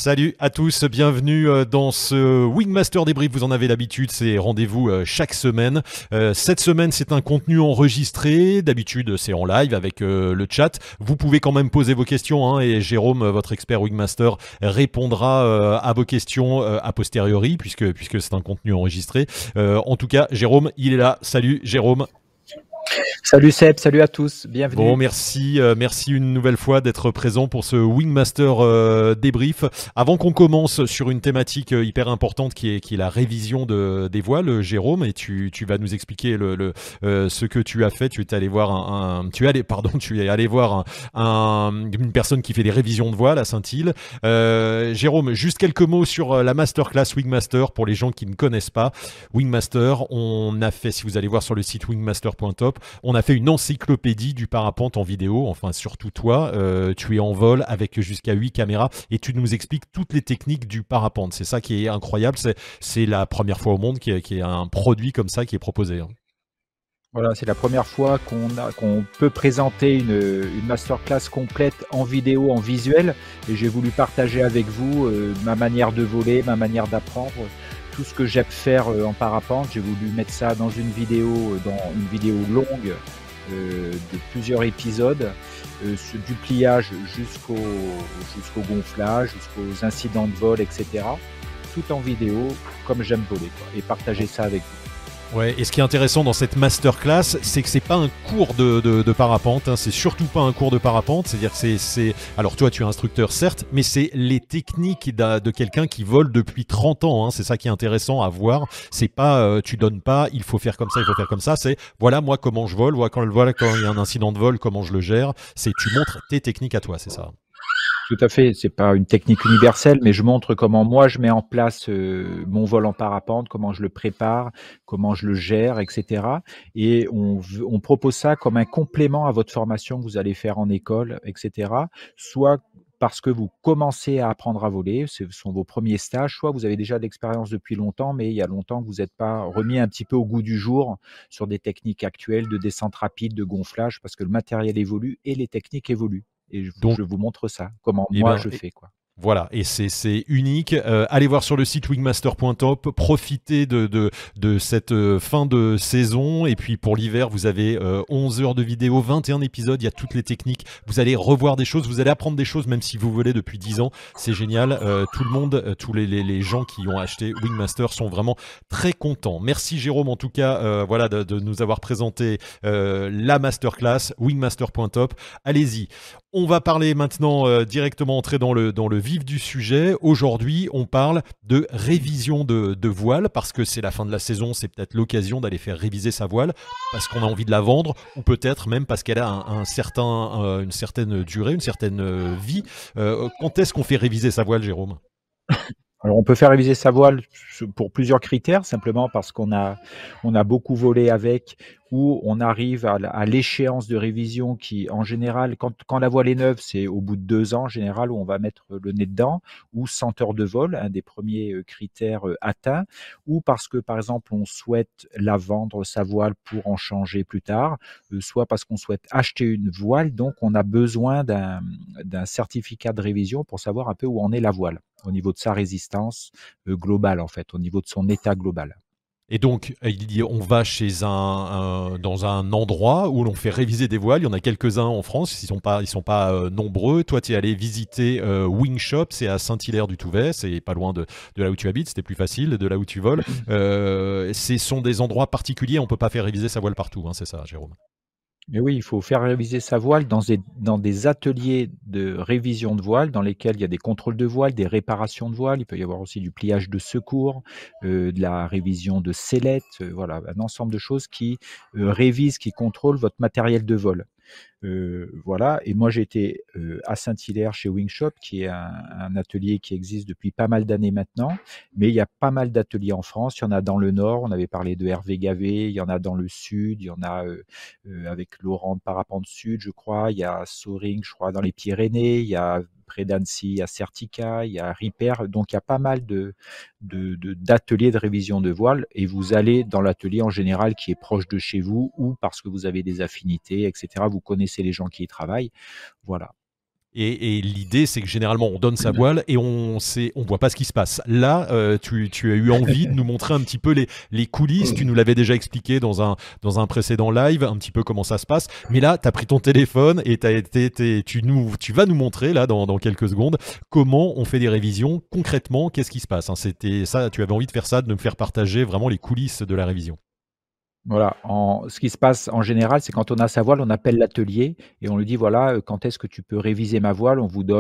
Salut à tous, bienvenue dans ce Wingmaster débrief. Vous en avez l'habitude, c'est rendez-vous chaque semaine. Cette semaine, c'est un contenu enregistré. D'habitude, c'est en live avec le chat. Vous pouvez quand même poser vos questions et Jérôme, votre expert Wingmaster, répondra à vos questions a posteriori puisque c'est un contenu enregistré. En tout cas, Jérôme, il est là. Salut Jérôme. Salut Seb, salut à tous, bienvenue. Bon, merci une nouvelle fois d'être présent pour ce Wingmaster débrief. Avant qu'on commence sur une thématique hyper importante qui est la révision des voiles, Jérôme, et tu vas nous expliquer ce que tu as fait. Tu es allé voir une personne qui fait des révisions de voiles à Saint-Île. Jérôme, juste quelques mots sur la masterclass Wingmaster pour les gens qui ne connaissent pas. Wingmaster, on a fait, si vous allez voir sur le site wingmaster.top, on a fait une encyclopédie du parapente en vidéo, enfin surtout toi, tu es en vol avec jusqu'à 8 caméras et tu nous expliques toutes les techniques du parapente. C'est ça qui est incroyable, c'est la première fois au monde qu'il y a un produit comme ça qui est proposé. Voilà, c'est la première fois qu'on peut présenter une masterclass complète en vidéo, en visuel, et j'ai voulu partager avec vous ma manière de voler, ma manière d'apprendre, tout ce que j'aime faire en parapente. J'ai voulu mettre ça dans une vidéo longue de plusieurs épisodes, du pliage jusqu'au gonflage, jusqu'aux incidents de vol, etc. Tout en vidéo, comme j'aime voler, quoi, et partager ça avec vous. Ouais, et ce qui est intéressant dans cette masterclass, c'est que c'est pas un cours de parapente, c'est surtout pas un cours de parapente, c'est-à-dire que c'est... Alors toi, tu es instructeur, certes, mais c'est les techniques de quelqu'un qui vole depuis 30 ans, c'est ça qui est intéressant à voir. C'est pas, tu donnes pas, il faut faire comme ça, il faut faire comme ça, c'est, voilà moi comment je vole, voilà quand il y a un incident de vol, comment je le gère, c'est tu montres tes techniques à toi, c'est ça. Tout à fait, c'est pas une technique universelle, mais je montre comment moi je mets en place mon vol en parapente, comment je le prépare, comment je le gère, etc. Et on propose ça comme un complément à votre formation que vous allez faire en école, etc. Soit parce que vous commencez à apprendre à voler, ce sont vos premiers stages, soit vous avez déjà de l'expérience depuis longtemps, mais il y a longtemps que vous n'êtes pas remis un petit peu au goût du jour sur des techniques actuelles de descente rapide, de gonflage, parce que le matériel évolue et les techniques évoluent. Et je vous montre ça, comment moi je fais, quoi. Voilà, et c'est unique. Allez voir sur le site wingmaster.top, profitez de cette fin de saison. Et puis pour l'hiver, vous avez 11 heures de vidéo, 21 épisodes, il y a toutes les techniques. Vous allez revoir des choses, vous allez apprendre des choses, même si vous volez depuis 10 ans. C'est génial. Tout le monde, tous les gens qui ont acheté Wingmaster sont vraiment très contents. Merci Jérôme, en tout cas, voilà, de nous avoir présenté la masterclass, wingmaster.top. Allez-y. On va parler maintenant directement, entrer dans le vif du sujet. Aujourd'hui, on parle de révision de voile parce que c'est la fin de la saison, c'est peut-être l'occasion d'aller faire réviser sa voile parce qu'on a envie de la vendre ou peut-être même parce qu'elle a une certaine durée, une certaine vie. Quand est-ce qu'on fait réviser sa voile, Jérôme ? Alors, on peut faire réviser sa voile pour plusieurs critères, simplement parce qu'on a beaucoup volé avec, ou on arrive à l'échéance de révision qui, en général, quand la voile est neuve, c'est au bout de 2 ans, en général, où on va mettre le nez dedans, ou 100 heures de vol, un des premiers critères atteints, ou parce que, par exemple, on souhaite la vendre, sa voile, pour en changer plus tard, soit parce qu'on souhaite acheter une voile, donc on a besoin d'un certificat de révision pour savoir un peu où en est la voile, au niveau de sa résistance globale, en fait, au niveau de son état global. Et donc, on va dans un endroit où l'on fait réviser des voiles. Il y en a quelques-uns en France, ils sont pas nombreux. Toi, tu es allé visiter Wing Shop, c'est à Saint-Hilaire-du-Touvet, c'est pas loin de là où tu habites, c'était plus facile, de là où tu voles. Ce sont des endroits particuliers, on peut pas faire réviser sa voile partout, c'est ça, Jérôme? Mais oui, il faut faire réviser sa voile dans des ateliers de révision de voile dans lesquels il y a des contrôles de voile, des réparations de voile. Il peut y avoir aussi du pliage de secours, de la révision de sellettes, voilà, un ensemble de choses qui révisent, qui contrôlent votre matériel de vol. Voilà, et moi j'étais à Saint-Hilaire chez Wingshop, qui est un atelier qui existe depuis pas mal d'années maintenant, mais il y a pas mal d'ateliers en France. Il y en a dans le nord, on avait parlé de Hervé Gavé, il y en a dans le sud, il y en a avec Laurent de Parapente Sud, je crois, il y a Soring, je crois, dans les Pyrénées, il y a près d'Annecy, il y a Certica, il y a Ripper, donc il y a pas mal d'ateliers de révision de voile, et vous allez dans l'atelier en général qui est proche de chez vous, ou parce que vous avez des affinités, etc. Vous connaissez les gens qui y travaillent, voilà. Et l'idée, c'est que généralement, on donne sa voile et on voit pas ce qui se passe. Là, tu as eu envie de nous montrer un petit peu les coulisses. Tu nous l'avais déjà expliqué dans un précédent live, un petit peu comment ça se passe. Mais là, tu as pris ton téléphone et tu vas nous montrer, là, dans quelques secondes, comment on fait des révisions concrètement. Qu'est-ce qui se passe, hein. C'était ça, tu avais envie de faire ça, de me faire partager vraiment les coulisses de la révision. Voilà, ce qui se passe en général, c'est quand on a sa voile, on appelle l'atelier et on lui dit: «Voilà, quand est-ce que tu peux réviser ma voile?»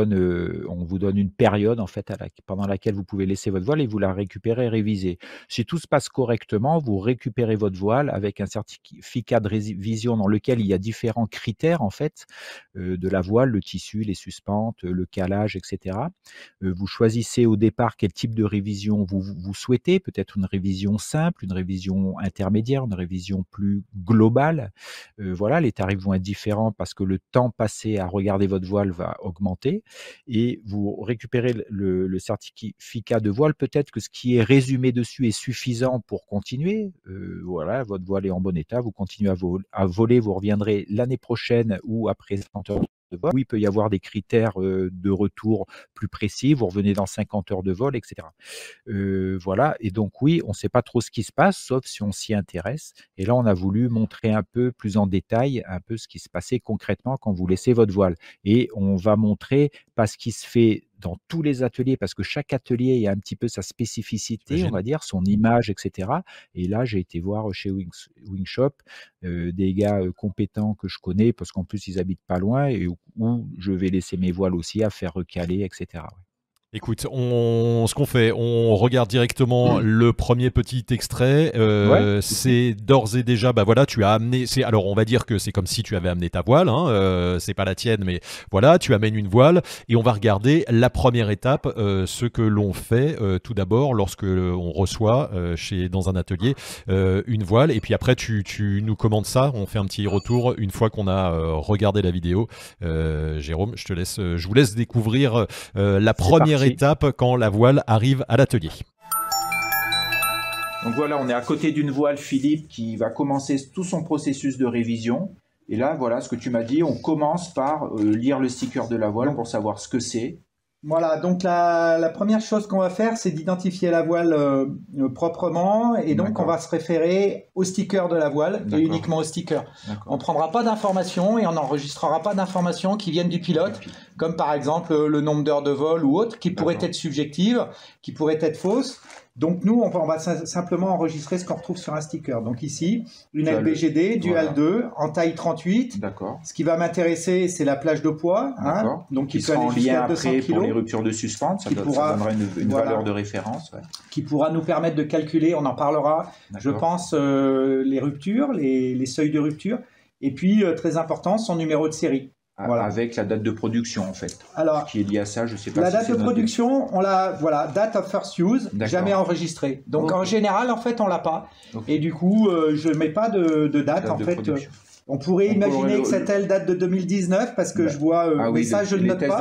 On vous donne une période en fait pendant laquelle vous pouvez laisser votre voile et vous la récupérez et réviser. Si tout se passe correctement, vous récupérez votre voile avec un certificat de révision dans lequel il y a différents critères en fait, de la voile, le tissu, les suspentes, le calage et cetera. Vous choisissez au départ quel type de révision vous souhaitez, peut-être une révision simple, une révision intermédiaire, une révision plus globale. Voilà, les tarifs vont être différents parce que le temps passé à regarder votre voile va augmenter et vous récupérez le certificat de voile. Peut-être que ce qui est résumé dessus est suffisant pour continuer. Voilà, votre voile est en bon état, vous continuez à voler, vous reviendrez l'année prochaine ou après 50 heures de vol. Oui, il peut y avoir des critères de retour plus précis, vous revenez dans 50 heures de vol, etc. Voilà, et donc oui, on ne sait pas trop ce qui se passe, sauf si on s'y intéresse. Et là, on a voulu montrer un peu plus en détail, un peu ce qui se passait concrètement quand vous laissez votre voile. Et on va montrer pas ce qui se fait dans tous les ateliers, parce que chaque atelier a un petit peu sa spécificité, on va dire, son image, etc. Et là, j'ai été voir chez Wingshop des gars compétents que je connais, parce qu'en plus, ils habitent pas loin, et où je vais laisser mes voiles aussi à faire recaler, etc. Ouais. Écoute, ce qu'on fait, on regarde directement le premier petit extrait. C'est d'ores et déjà, bah voilà, tu as amené. Alors, on va dire que c'est comme si tu avais amené ta voile. Hein, c'est pas la tienne, mais voilà, tu amènes une voile et on va regarder la première étape, ce que l'on fait tout d'abord lorsque on reçoit dans un atelier une voile. Et puis après, tu nous commandes ça. On fait un petit retour une fois qu'on a regardé la vidéo. Jérôme, je vous laisse découvrir la première étape quand la voile arrive à l'atelier. Donc voilà, on est à côté d'une voile Philippe qui va commencer tout son processus de révision. Et là, voilà ce que tu m'as dit, on commence par lire le sticker de la voile pour savoir ce que c'est. Voilà, donc la première chose qu'on va faire, c'est d'identifier la voile proprement, et donc on va se référer au sticker de la voile et uniquement au sticker. On ne prendra pas d'informations et on n'enregistrera pas d'informations qui viennent du pilote, comme par exemple le nombre d'heures de vol ou autre, qui pourraient être subjectives, qui pourraient être fausses. Donc nous, on va simplement enregistrer ce qu'on retrouve sur un sticker. Donc ici, une LBGD Dual 2 en taille 38. D'accord. Ce qui va m'intéresser, c'est la plage de poids. Hein, donc qui sera en lien après pour les ruptures de suspente. Ça donnera une valeur de référence. Ouais. Qui pourra nous permettre de calculer, on en parlera, je pense, les ruptures, les seuils de rupture. Et puis, très important, son numéro de série. Voilà. Avec la date de production en fait. Alors, qui est liée à ça, je sais pas. La date de production, on l'a, voilà, date of first use, jamais enregistrée. Donc en général, en fait, on l'a pas. Et du coup, je mets pas de date en fait. On pourrait imaginer que cette aile date de 2019 parce que je vois, mais ça je ne note pas.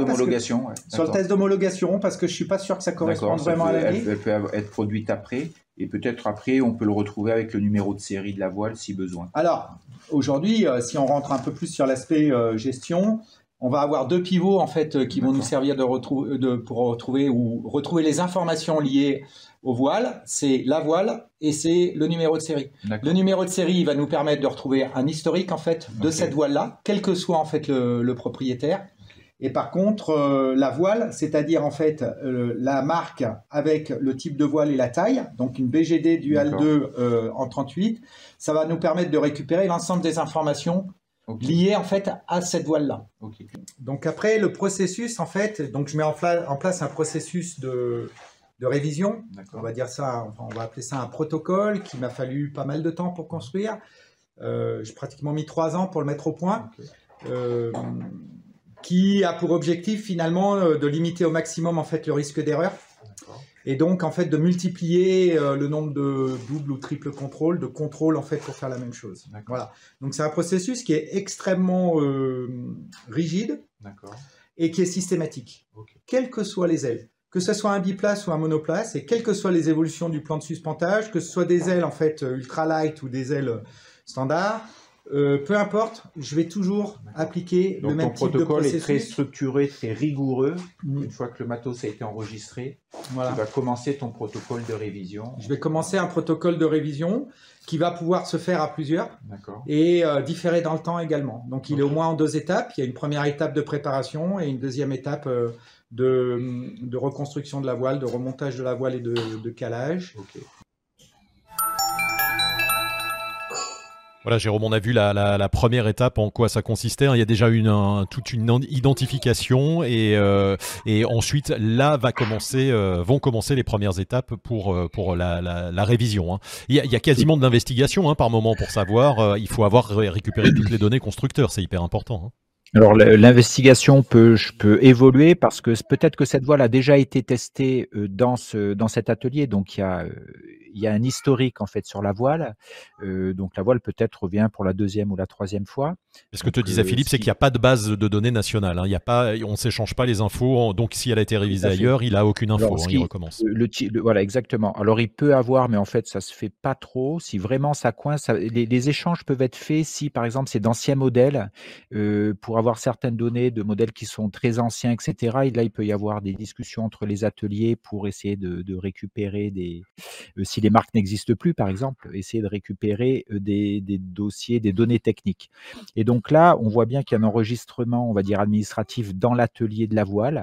Sur le test d'homologation, parce que je suis pas sûr que ça corresponde vraiment à l'année. Elle peut être produite après. Et peut-être après, on peut le retrouver avec le numéro de série de la voile si besoin. Alors, aujourd'hui, si on rentre un peu plus sur l'aspect gestion, on va avoir deux pivots en fait qui vont nous servir pour retrouver les informations liées aux voiles. C'est la voile et c'est le numéro de série. Le numéro de série, il va nous permettre de retrouver un historique en fait de cette voile-là, quel que soit en fait le propriétaire. Et par contre, la voile, c'est-à-dire en fait la marque avec le type de voile et la taille, donc une BGD Dual 2 en 38, ça va nous permettre de récupérer l'ensemble des informations liées en fait à cette voile-là. Donc après, le processus en fait, donc je mets en place un processus de révision. On va dire ça, enfin, on va appeler ça un protocole qui m'a fallu pas mal de temps pour construire. J'ai pratiquement mis 3 ans pour le mettre au point. Qui a pour objectif finalement de limiter au maximum en fait le risque d'erreur et donc en fait de multiplier le nombre de double ou triple contrôles, de contrôles en fait pour faire la même chose. Voilà. Donc c'est un processus qui est extrêmement rigide et qui est systématique, quelles que soient les ailes. Que ce soit un biplace ou un monoplace et quelles que soient les évolutions du plan de suspentage, que ce soit des ailes en fait ultra light ou des ailes standards, peu importe, je vais toujours appliquer Donc le même ton type de protocole est très processus. structuré, très rigoureux. Une fois que le matos a été enregistré, Voilà. tu vas commencer ton protocole de révision. Je vais commencer un protocole de révision qui va pouvoir se faire à plusieurs D'accord. et différer dans le temps également. Donc il est au moins en 2 étapes. Il y a une première étape de préparation et une deuxième étape de reconstruction de la voile, de remontage de la voile et de calage. Ok. Voilà, Jérôme, on a vu la première étape, en quoi ça consistait. Il y a déjà toute une identification et ensuite, là, vont commencer les premières étapes pour la révision. Il y a quasiment de l'investigation par moment pour savoir. Il faut avoir récupéré toutes les données constructeurs, c'est hyper important. Alors l'investigation peut évoluer parce que peut-être que cette voile a déjà été testée dans cet atelier, donc il y a un historique en fait sur la voile, donc la voile peut-être revient pour la 2e ou la 3e fois. Ce que te disait Philippe, c'est qu'il n'y a pas de base de données nationale. On ne s'échange pas les infos. Donc, si elle a été révisée ailleurs, il n'a aucune info. Il recommence. Voilà, exactement. Alors, il peut avoir, mais en fait, ça se fait pas trop. Si vraiment ça coince, les échanges peuvent être faits si, par exemple, c'est d'anciens modèles, pour avoir certaines données de modèles qui sont très anciens, etc. Et là, il peut y avoir des discussions entre les ateliers pour essayer de récupérer si les marques n'existent plus, par exemple, essayer de récupérer des dossiers, des données techniques. Et donc là, on voit bien qu'il y a un enregistrement, on va dire, administratif dans l'atelier de la voile.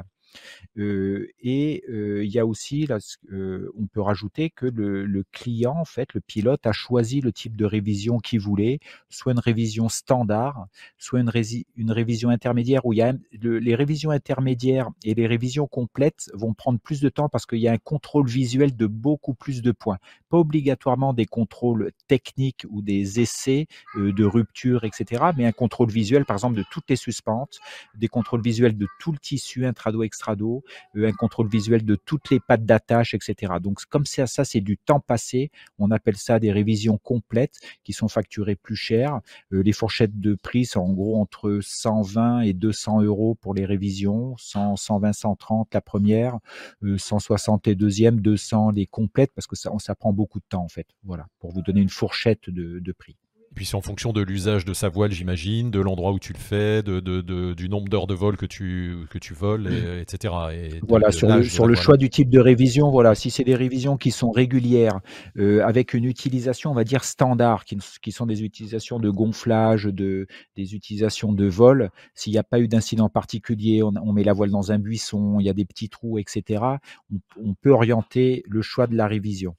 Il y a aussi, là, on peut rajouter que le client, en fait, le pilote a choisi le type de révision qu'il voulait, soit une révision standard, soit une révision intermédiaire, où il y a les révisions intermédiaires et les révisions complètes vont prendre plus de temps parce qu'il y a un contrôle visuel de beaucoup plus de points. Pas obligatoirement des contrôles techniques ou des essais de rupture, etc., mais un contrôle visuel, par exemple, de toutes les suspentes, des contrôles visuels de tout le tissu intrado, extrado, un contrôle visuel de toutes les pattes d'attache, etc. Donc, comme ça, c'est du temps passé. On appelle ça des révisions complètes qui sont facturées plus cher. Les fourchettes de prix sont en gros entre 120 et 200 € pour les révisions, 100, 120, 130 la première, 160 les deuxièmes, 200 les complètes, parce que ça prend beaucoup de temps, en fait. Voilà, pour vous donner une fourchette de prix. Puis c'est en fonction de l'usage de sa voile, j'imagine, de l'endroit où tu le fais, du nombre d'heures de vol que tu voles, etc. Voilà, sur le choix du type de révision, voilà, si c'est des révisions qui sont régulières, avec une utilisation, on va dire, standard, qui sont des utilisations de gonflage, des utilisations de vol, s'il n'y a pas eu d'incident particulier, on met la voile dans un buisson, il y a des petits trous, etc., on peut orienter le choix de la révision.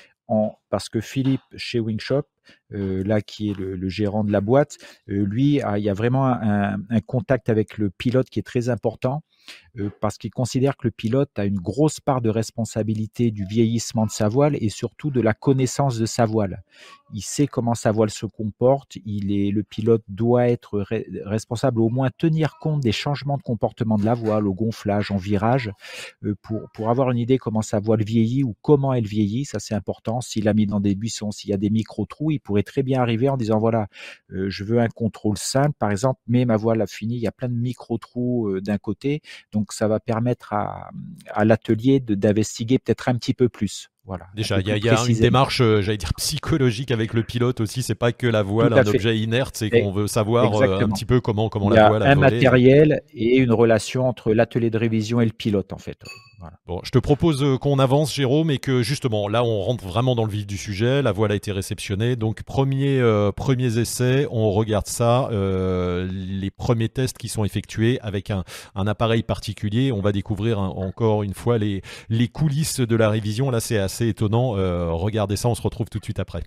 Parce que Philippe, chez Wingshop, là qui est le gérant de la boîte, lui, il y a vraiment un contact avec le pilote qui est très important, parce qu'il considère que le pilote a une grosse part de responsabilité du vieillissement de sa voile et surtout de la connaissance de sa voile. Il sait comment sa voile se comporte, le pilote doit être responsable, au moins tenir compte des changements de comportement de la voile, au gonflage, en virage, pour avoir une idée comment sa voile vieillit ou comment elle vieillit. Ça, c'est important. S'il a mis dans des buissons, s'il y a des micro-trous, il pourrait très bien arriver en disant voilà, je veux un contrôle simple, par exemple, mais ma voile a fini, il y a plein de micro-trous d'un côté, donc ça va permettre à l'atelier d'investiguer peut-être un petit peu plus. Voilà. Déjà, il y a une démarche, j'allais dire, psychologique avec le pilote aussi. C'est pas que la voile, un objet inerte, c'est qu'on veut savoir un petit peu comment la voile a volé. Il y a un matériel et une relation entre l'atelier de révision et le pilote, en fait. Voilà. Bon, je te propose qu'on avance, Jérôme, et que justement, là, on rentre vraiment dans le vif du sujet. La voile a été réceptionnée. Donc, premiers essais, on regarde ça. Les premiers tests qui sont effectués avec un appareil particulier. On va découvrir encore une fois les coulisses de la révision. Là, c'est assez étonnant. Regardez ça, on se retrouve tout de suite après.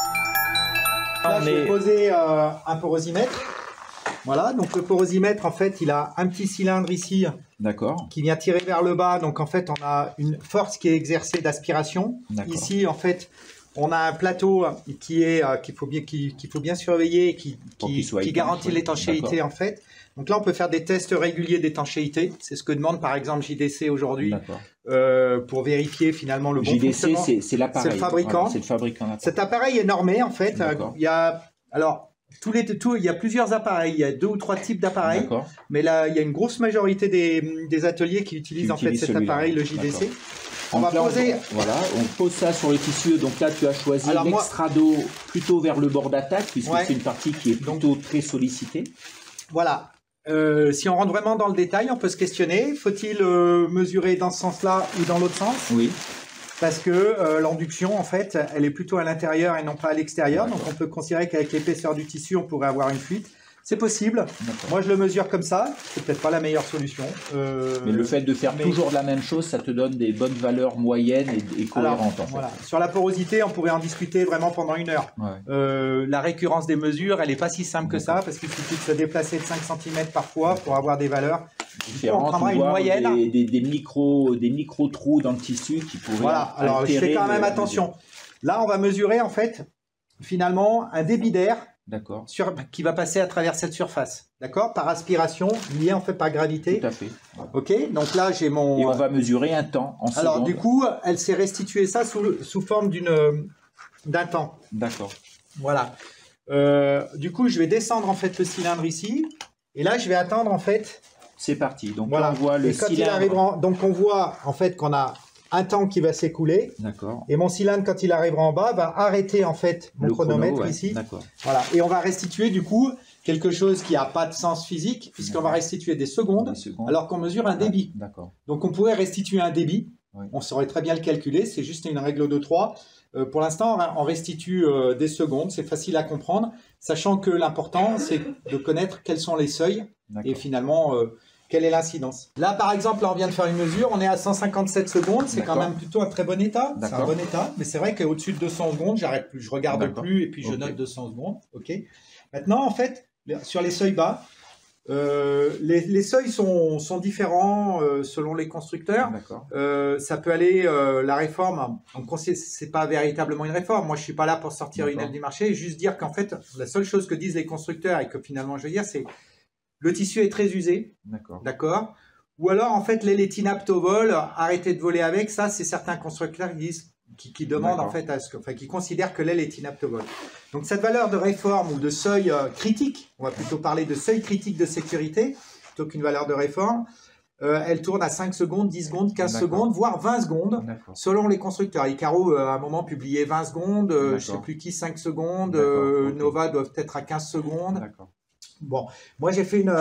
Là, je vais poser un porosimètre. Voilà, donc le porosimètre, en fait, il a un petit cylindre ici. D'accord. Qui vient tirer vers le bas. Donc, en fait, on a une force qui est exercée d'aspiration. Ici, en fait, on a un plateau qu'il faut bien surveiller, qui garantit l'étanchéité, en fait. Donc là, on peut faire des tests réguliers d'étanchéité. C'est ce que demande, par exemple, JDC aujourd'hui, pour vérifier finalement le bon fonctionnement. JDC, c'est l'appareil. C'est le fabricant. Voilà, c'est le fabricant. Cet appareil est normé, en fait. Il y a plusieurs appareils, il y a 2 ou 3 types d'appareils, mais là il y a une grosse majorité des ateliers qui utilisent en fait cet appareil, le JDC. On va Donc là, poser. Voilà, on pose ça sur le tissu. Donc là, tu as choisi Alors, moi- l'extra d'eau plutôt vers le bord d'attaque, puisque Ouais. c'est une partie qui est plutôt très sollicitée. Voilà. Si on rentre vraiment dans le détail, on peut se questionner. Faut-il mesurer dans ce sens-là ou dans l'autre sens? Oui, Parce que l'induction, en fait, elle est plutôt à l'intérieur et non pas à l'extérieur. Donc, D'accord. on peut considérer qu'avec l'épaisseur du tissu, on pourrait avoir une fuite. C'est possible. d'accord. Moi, je le mesure comme ça. C'est peut-être pas la meilleure solution. Mais le fait de faire mais- toujours la même chose, ça te donne des bonnes valeurs moyennes et cohérentes en fait. Voilà. Sur la porosité, on pourrait en discuter vraiment pendant 1 heure. Ouais. La récurrence des mesures, elle n'est pas si simple que ça, parce qu'il suffit de se déplacer de 5 cm parfois pour avoir des valeurs. Différentes, on prendra ou une voir moyenne. des micro trous dans le tissu qui pourraient Voilà, alors je fais altérer quand même la attention. Là, on va mesurer en fait, finalement, un débit d'air mesure. D'accord, qui va passer à travers cette surface. D'accord? Par aspiration, lié en fait par gravité. tout à fait. Ok, donc là, j'ai Et mon. on va mesurer un temps en Alors, secondes. du coup, elle s'est restituée ça sous forme d'un temps. D'accord, Voilà. Du coup, je vais descendre en fait le cylindre ici. Et là, je vais attendre en fait. c'est parti. Donc Voilà. là, on voit le Et quand il cylindre. arrivera, donc on voit en fait qu'on a un temps qui va s'écouler. D'accord. Et mon cylindre, quand il arrivera en bas, va arrêter en fait mon Le chrono, chronomètre ouais. ici. D'accord. Voilà. Et on va restituer du coup quelque chose qui n'a pas de sens physique, puisqu'on va restituer des secondes, Des secondes. alors qu'on mesure un débit. D'accord. Donc on pourrait restituer un débit. Oui. On saurait très bien le calculer. C'est juste une règle de 3. Pour l'instant, on restitue des secondes. C'est facile à comprendre, sachant que l'important, c'est de connaître quels sont les seuils et D'accord. finalement, quelle est l'incidence. Là, par exemple, là, on vient de faire une mesure. On est à 157 secondes. C'est quand D'accord. même plutôt un très bon état. C'est un D'accord. bon état. Mais c'est vrai qu'au-dessus de 200 secondes, j'arrête plus. Je regarde D'accord. plus et puis je Ok. note 200 secondes. OK. Maintenant, en fait, sur les seuils bas, les seuils sont différents selon les constructeurs. D'accord. Ça peut aller, la réforme, c'est pas véritablement une réforme. Moi, je suis pas là pour sortir une D'accord. aile du marché, juste dire qu'en fait, la seule chose que disent les constructeurs et que finalement je veux dire, c'est le tissu est très usé, D'accord. d'accord? Ou alors, en fait, l'aile est inapte au vol, arrêtez de voler avec. Ça, c'est certains constructeurs qui disent, qui demandent en D'accord. fait enfin, qui considèrent que l'aile est inapte au vol. Donc, cette valeur de réforme ou de seuil critique, on va plutôt parler de seuil critique de sécurité plutôt qu'une valeur de réforme. Elle tourne à 5 secondes, 10 secondes, 15 D'accord. secondes, voire 20 secondes, D'accord. selon les constructeurs. Icaro, à un moment, publiait 20 secondes, je ne sais D'accord. plus qui, 5 secondes, D'accord, ok. Nova doivent être à 15 secondes. D'accord. Bon, moi, j'ai fait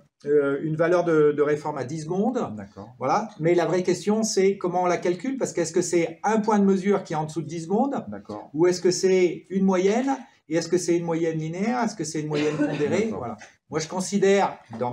une valeur de réforme à 10 secondes. D'accord. Voilà. Mais la vraie question, c'est comment on la calcule, parce qu'est-ce que c'est un point de mesure qui est en dessous de 10 secondes, D'accord. ou est-ce que c'est une moyenne, et est-ce que c'est une moyenne linéaire, est-ce que c'est une moyenne pondérée? D'accord. Voilà. Moi, je considère, dans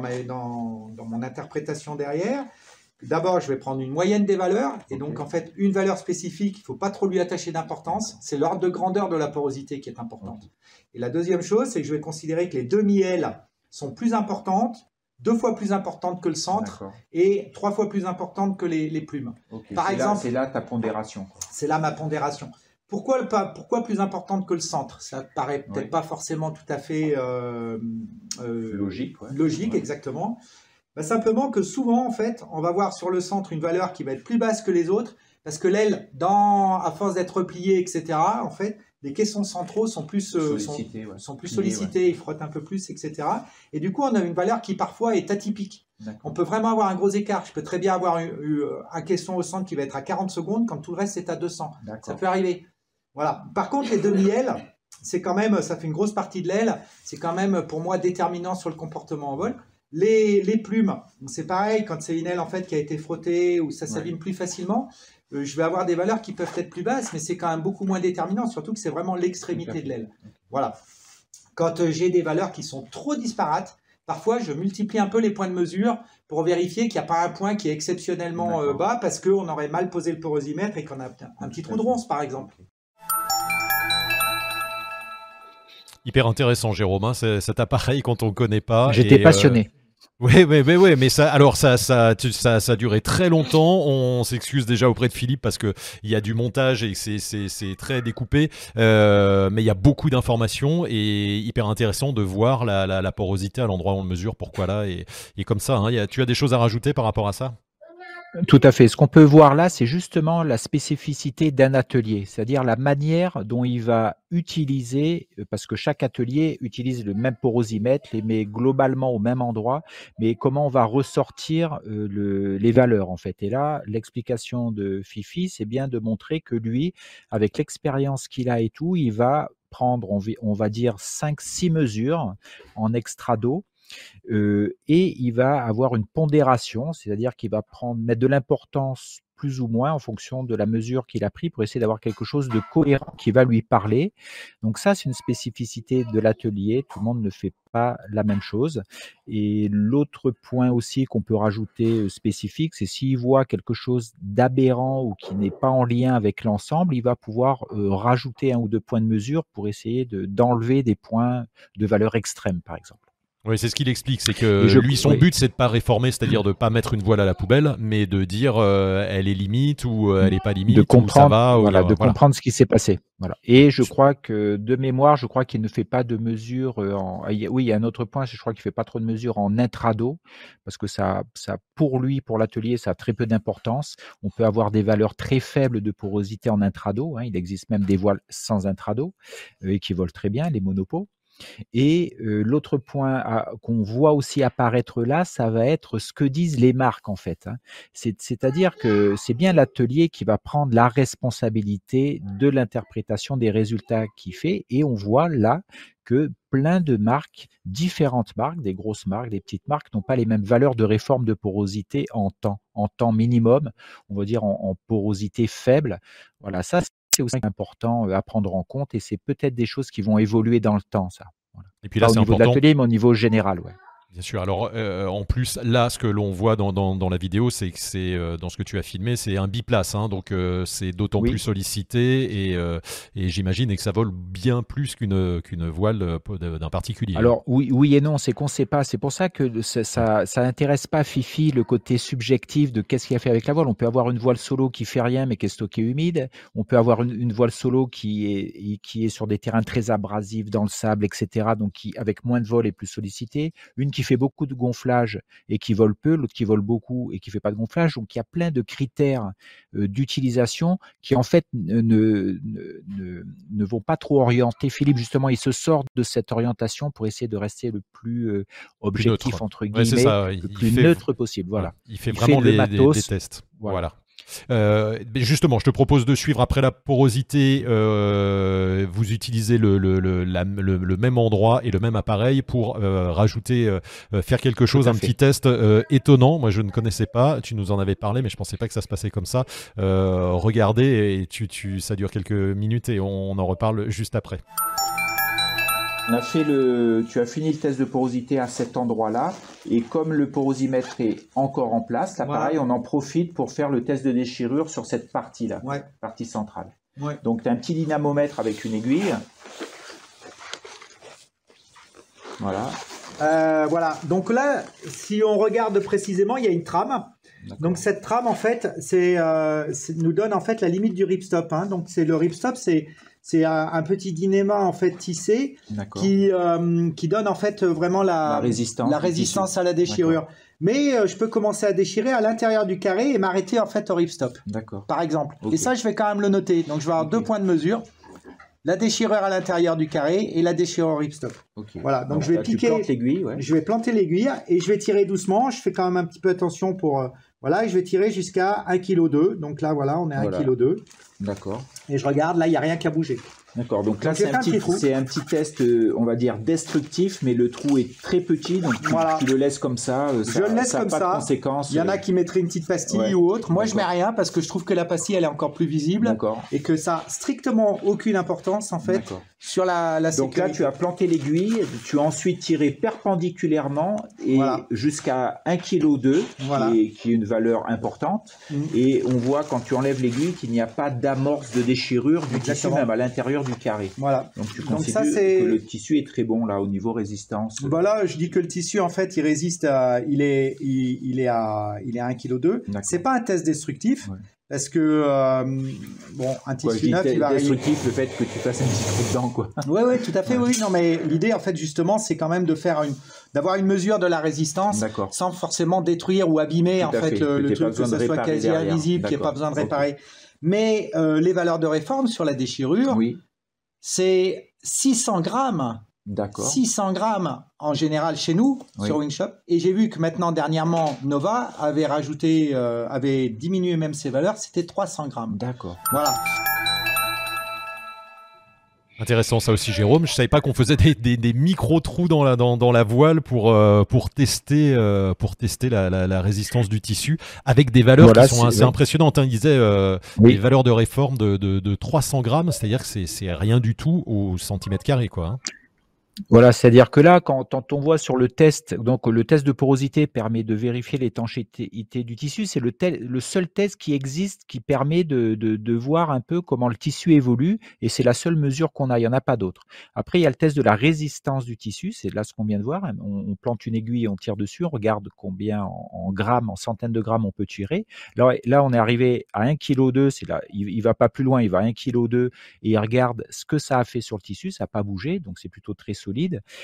mon interprétation derrière, que d'abord, je vais prendre une moyenne des valeurs, et Ok. donc, en fait, une valeur spécifique, il ne faut pas trop lui attacher d'importance, c'est l'ordre de grandeur de la porosité qui est importante. Ok. Et la deuxième chose, c'est que je vais considérer que les demi-ailes sont plus importantes, 2 fois plus importantes que le centre, D'accord. et 3 fois plus importantes que les plumes. Ok. Par exemple- c'est là ta pondération. Quoi. C'est là ma pondération. Pourquoi plus importante que le centre? Ça paraît peut-être Oui. pas forcément tout à fait Logique. Ouais. logique, Ouais. exactement. Bah, simplement que souvent, en fait, on va voir sur le centre une valeur qui va être plus basse que les autres, parce que l'aile, à force d'être repliée, etc., en fait, les caissons centraux sont plus Sollicité, ouais. sont plus Liés, sollicités, ils frottent un peu plus, etc. Et du coup, on a une valeur qui parfois est atypique. D'accord. On peut vraiment avoir un gros écart. Je peux très bien avoir un caisson au centre qui va être à 40 secondes quand tout le reste est à 200. Ça D'accord. peut arriver. Voilà. Par contre, les demi-ailes, c'est quand même, ça fait une grosse partie de l'aile. C'est quand même pour moi déterminant sur le comportement en vol. Les plumes, c'est pareil. Quand c'est une aile en fait qui a été frottée ou ça s'abîme plus facilement, je vais avoir des valeurs qui peuvent être plus basses, mais c'est quand même beaucoup moins déterminant. Surtout que c'est vraiment l'extrémité de l'aile. Voilà. Quand j'ai des valeurs qui sont trop disparates, parfois je multiplie un peu les points de mesure pour vérifier qu'il n'y a pas un point qui est exceptionnellement D'accord. bas parce qu'on aurait mal posé le porosimètre et qu'on a un petit trou de ronce, par exemple. Hyper intéressant, Jérôme, hein, cet appareil quand on ne connaît pas. J'étais Et, passionné. Oui, mais ça a duré très longtemps. On s'excuse déjà auprès de Philippe parce que il y a du montage et que c'est très découpé. Mais il y a beaucoup d'informations et hyper intéressant de voir la porosité à l'endroit où on le mesure. Pourquoi là et comme ça. Hein, tu as des choses à rajouter par rapport à ça? Tout à fait. Ce qu'on peut voir là, c'est justement la spécificité d'un atelier, c'est-à-dire la manière dont il va utiliser, parce que chaque atelier utilise le même porosimètre, les met globalement au même endroit, mais comment on va ressortir les valeurs en fait. Et là, l'explication de Fifi, c'est bien de montrer que lui, avec l'expérience qu'il a et tout, il va prendre, on va dire, 5-6 mesures en extrado. Et il va avoir une pondération, c'est-à-dire qu'il va mettre de l'importance plus ou moins en fonction de la mesure qu'il a pris pour essayer d'avoir quelque chose de cohérent qui va lui parler. Donc ça, c'est une spécificité de l'atelier. Tout le monde ne fait pas la même chose. Et l'autre point aussi qu'on peut rajouter spécifique, c'est s'il voit quelque chose d'aberrant ou qui n'est pas en lien avec l'ensemble, il va pouvoir rajouter 1 ou 2 points de mesure pour essayer d'enlever des points de valeur extrême, par exemple. Oui, c'est ce qu'il explique, c'est que lui, son but, c'est de pas réformer, c'est-à-dire de pas mettre une voile à la poubelle, mais de dire elle est limite ou elle est pas limite, de comprendre, ou ça va. voilà, comprendre ce qui s'est passé. Voilà. Et je crois que, de mémoire, je crois qu'il ne fait pas de mesure oui, il y a un autre point, je crois qu'il fait pas trop de mesures en intrado, parce que ça, pour lui, pour l'atelier, ça a très peu d'importance. On peut avoir des valeurs très faibles de porosité en intrado, hein. Il existe même des voiles sans intrado, qui volent très bien, les monopos. Et l'autre point qu'on voit aussi apparaître là, ça va être ce que disent les marques en fait, hein. C'est-à-dire que c'est bien l'atelier qui va prendre la responsabilité de l'interprétation des résultats qu'il fait, et on voit là que plein de marques, différentes marques, des grosses marques, des petites marques, n'ont pas les mêmes valeurs de réforme de porosité en temps minimum, on va dire en porosité faible. Voilà, ça c'est aussi important à prendre en compte, et c'est peut-être des choses qui vont évoluer dans le temps, ça. Voilà. Et puis là, pas c'est au niveau important. de l'atelier, mais au niveau général, ouais. Bien sûr. Alors, en plus, là, ce que l'on voit dans la vidéo, c'est que c'est dans ce que tu as filmé, c'est un biplace, hein, donc c'est d'autant plus sollicité et j'imagine que ça vole bien plus qu'une voile d'un particulier. Alors oui et non, c'est qu'on ne sait pas. C'est pour ça que ça n'intéresse pas Fifi le côté subjectif de qu'est-ce qu'il a fait avec la voile. On peut avoir une voile solo qui fait rien mais qui est stockée humide. On peut avoir une voile solo qui est sur des terrains très abrasifs dans le sable, etc. Donc qui avec moins de vol est plus sollicitée. Une qui fait beaucoup de gonflage et qui vole peu, l'autre qui vole beaucoup et qui fait pas de gonflage. Donc il y a plein de critères d'utilisation qui en fait ne vont pas trop orienter. Philippe justement, il se sort de cette orientation pour essayer de rester le plus objectif neutre, entre guillemets, le plus neutre possible. Voilà. Il fait vraiment des tests. Voilà. Justement, je te propose de suivre après la porosité. Vous utilisez le même endroit et le même appareil pour rajouter, faire quelque chose, un petit test étonnant. Moi, je ne connaissais pas. Tu nous en avais parlé, mais je pensais pas que ça se passait comme ça. Regardez, et ça dure quelques minutes et on en reparle juste après. Tu as fini le test de porosité à cet endroit-là, et comme le porosimètre est encore en place, là pareil, on en profite pour faire le test de déchirure sur cette partie-là, partie centrale. Ouais. Donc tu as un petit dynamomètre avec une aiguille. Voilà. Voilà. Donc là, si on regarde précisément, il y a une trame. Donc cette trame, en fait, nous donne en fait la limite du ripstop, hein. Donc le ripstop, c'est un petit dynéma en fait tissé qui donne en fait vraiment la résistance à la déchirure. Mais je peux commencer à déchirer à l'intérieur du carré et m'arrêter en fait au ripstop. Par exemple. Et ça, je vais quand même le noter. Donc je vais avoir 2 points de mesure. La déchirure à l'intérieur du carré et la déchirure au ripstop. Voilà, donc je vais piquer, je vais planter l'aiguille et je vais tirer doucement. Je fais quand même un petit peu attention pour... voilà, et je vais tirer jusqu'à 1,2 kg. Donc là, voilà, on est à 1,2 kg. D'accord. Et je regarde, là, il n'y a rien qui a bougé. D'accord, donc là, c'est un petit test, on va dire, destructif, mais le trou est très petit, donc tu le laisses comme ça. Je le laisse comme ça. Pas de conséquences. Il y en a qui mettraient une petite pastille ou autre. Moi, je mets rien parce que je trouve que la pastille, elle est encore plus visible. Et que ça n'a strictement aucune importance, en fait, sur la sécurité. Donc là, tu as planté l'aiguille, tu as ensuite tiré perpendiculairement et jusqu'à 1,2 kg, qui est une valeur importante. Et on voit, quand tu enlèves l'aiguille, qu'il n'y a pas d'amorce de déchirure du tissu, même à l'intérieur du carré. Voilà. Donc tu considères que le tissu est très bon là au niveau résistance. Bah là, je dis que le tissu en fait, il résiste il est à 1,2 kg. C'est pas un test destructif parce que bon, un Quoi, je tissu dis neuf, il va arriver. destructif le fait que tu fasses un petit trou dedans, quoi. Oui, tout à fait, oui. Non, mais l'idée, en fait, justement, c'est quand même d'avoir une mesure de la résistance D'accord. sans forcément détruire ou abîmer, Tout en à fait, fait, que le t'aies truc, pas que besoin ça de soit réparer quasi derrière. invisible, qu'il n'y ait pas D'accord. besoin de Ok. réparer. Mais les valeurs de réforme sur la déchirure, Oui, c'est 600 grammes. d'accord. 600 grammes en général chez nous, Oui. sur Wingshop. Et j'ai vu que maintenant, dernièrement, Nova avait diminué même ses valeurs, c'était 300 grammes. D'accord. Voilà. Intéressant ça aussi, Jérôme. Je savais pas qu'on faisait des micro-trous dans la voile pour tester la résistance du tissu avec des valeurs Voilà, qui sont assez impressionnantes. Hein. Il disait des valeurs de réforme de 300 grammes, c'est-à-dire que c'est rien du tout au centimètre carré, quoi. Hein. Voilà, c'est-à-dire que là, quand on voit sur le test, donc le test de porosité permet de vérifier l'étanchéité du tissu, c'est le seul test qui existe qui permet de voir un peu comment le tissu évolue, et c'est la seule mesure qu'on a, il n'y en a pas d'autre. Après, il y a le test de la résistance du tissu, c'est là ce qu'on vient de voir, on plante une aiguille, on tire dessus, on regarde combien en grammes, en centaines de grammes on peut tirer. Là on est arrivé à 1,2 kg, c'est là, il va pas plus loin, il va à 1,2 kg, et il regarde ce que ça a fait sur le tissu, ça n'a pas bougé, donc c'est plutôt très solide.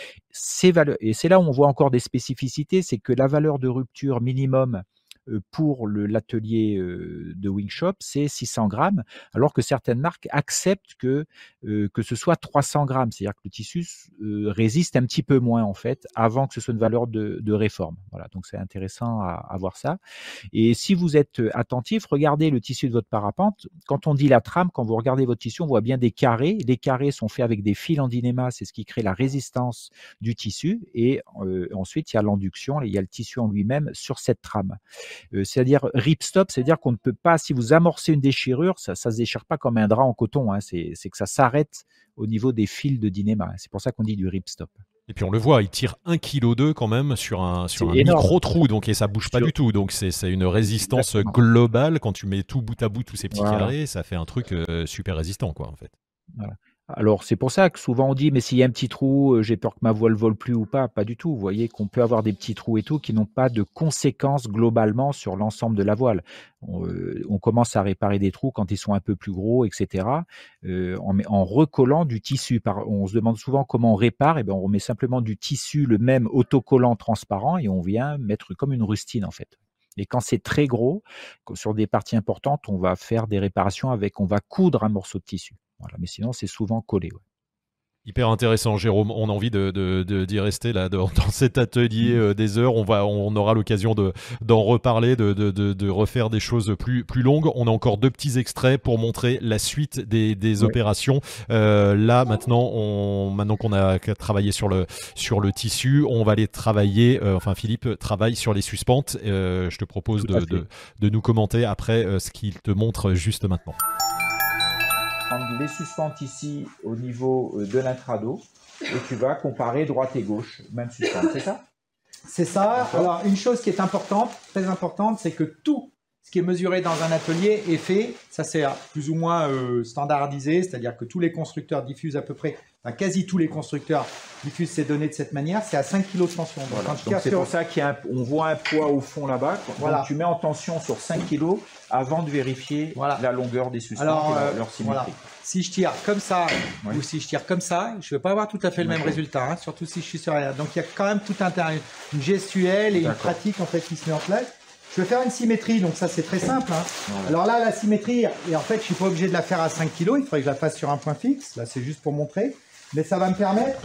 Et c'est là où on voit encore des spécificités, c'est que la valeur de rupture minimum pour l'atelier de Wingshop, c'est 600 grammes, alors que certaines marques acceptent que ce soit 300 grammes, c'est-à-dire que le tissu résiste un petit peu moins en fait, avant que ce soit une valeur de réforme. Voilà, donc c'est intéressant à voir ça. Et si vous êtes attentif, regardez le tissu de votre parapente. Quand on dit la trame, quand vous regardez votre tissu, on voit bien des carrés. Les carrés sont faits avec des fils en dynéma, c'est ce qui crée la résistance du tissu. Et ensuite, il y a l'induction, il y a le tissu en lui-même sur cette trame. C'est-à-dire ripstop, c'est-à-dire qu'on ne peut pas, si vous amorcez une déchirure, ça se déchire pas comme un drap en coton, hein, c'est que ça s'arrête au niveau des fils de dynéma. C'est pour ça qu'on dit du ripstop. Et puis on le voit, il tire 1,2 kg quand même sur un micro-trou, donc, et ça bouge pas du tout. Donc c'est une résistance globale. Quand tu mets tout bout à bout, tous ces petits carrés, ça fait un truc super résistant, quoi, en fait. Voilà. Alors, c'est pour ça que souvent on dit, mais s'il y a un petit trou, j'ai peur que ma voile vole plus ou pas. Pas du tout. Vous voyez qu'on peut avoir des petits trous et tout qui n'ont pas de conséquences globalement sur l'ensemble de la voile. On commence à réparer des trous quand ils sont un peu plus gros, etc. En recollant du tissu. On se demande souvent comment on répare. Et ben, on remet simplement du tissu, le même autocollant transparent, et on vient mettre comme une rustine en fait. Et quand c'est très gros, sur des parties importantes, on va faire des réparations on va coudre un morceau de tissu. Voilà, mais sinon, c'est souvent collé. Ouais. Hyper intéressant, Jérôme. On a envie d'y rester là dans cet atelier des heures. On aura l'occasion d'en reparler, de refaire des choses plus longues. On a encore 2 petits extraits pour montrer la suite des opérations. Là, maintenant qu'on a travaillé sur le tissu, on va aller travailler. Philippe travaille sur les suspentes. Je te propose de nous commenter après ce qu'il te montre juste maintenant. Les suspentes ici au niveau de l'intrado et tu vas comparer droite et gauche, même suspente, c'est ça? C'est ça. Alors une chose qui est importante, très importante, c'est que tout ce qui est mesuré dans un atelier est fait. Ça c'est plus ou moins standardisé, c'est-à-dire que tous les constructeurs diffusent à peu près, quasi tous les constructeurs diffusent ces données de cette manière. C'est à 5 kg de tension. Voilà. Donc c'est pour ça qu'on voit un poids au fond là-bas. Voilà. Donc tu mets en tension sur 5 kg avant de vérifier la longueur des suspentes et leur symétrie. Voilà. Si je tire comme ça ou si je tire comme ça, je ne vais pas avoir tout à fait le même résultat, hein, surtout si je suis sur rien. Donc il y a quand même tout une gestuelle et une pratique en fait qui se met en place. Je vais faire une symétrie, donc ça c'est très simple. Hein. Voilà. Alors là, la symétrie, et en fait je suis pas obligé de la faire à 5 kg, il faudrait que je la fasse sur un point fixe. Là c'est juste pour montrer. Mais ça va me permettre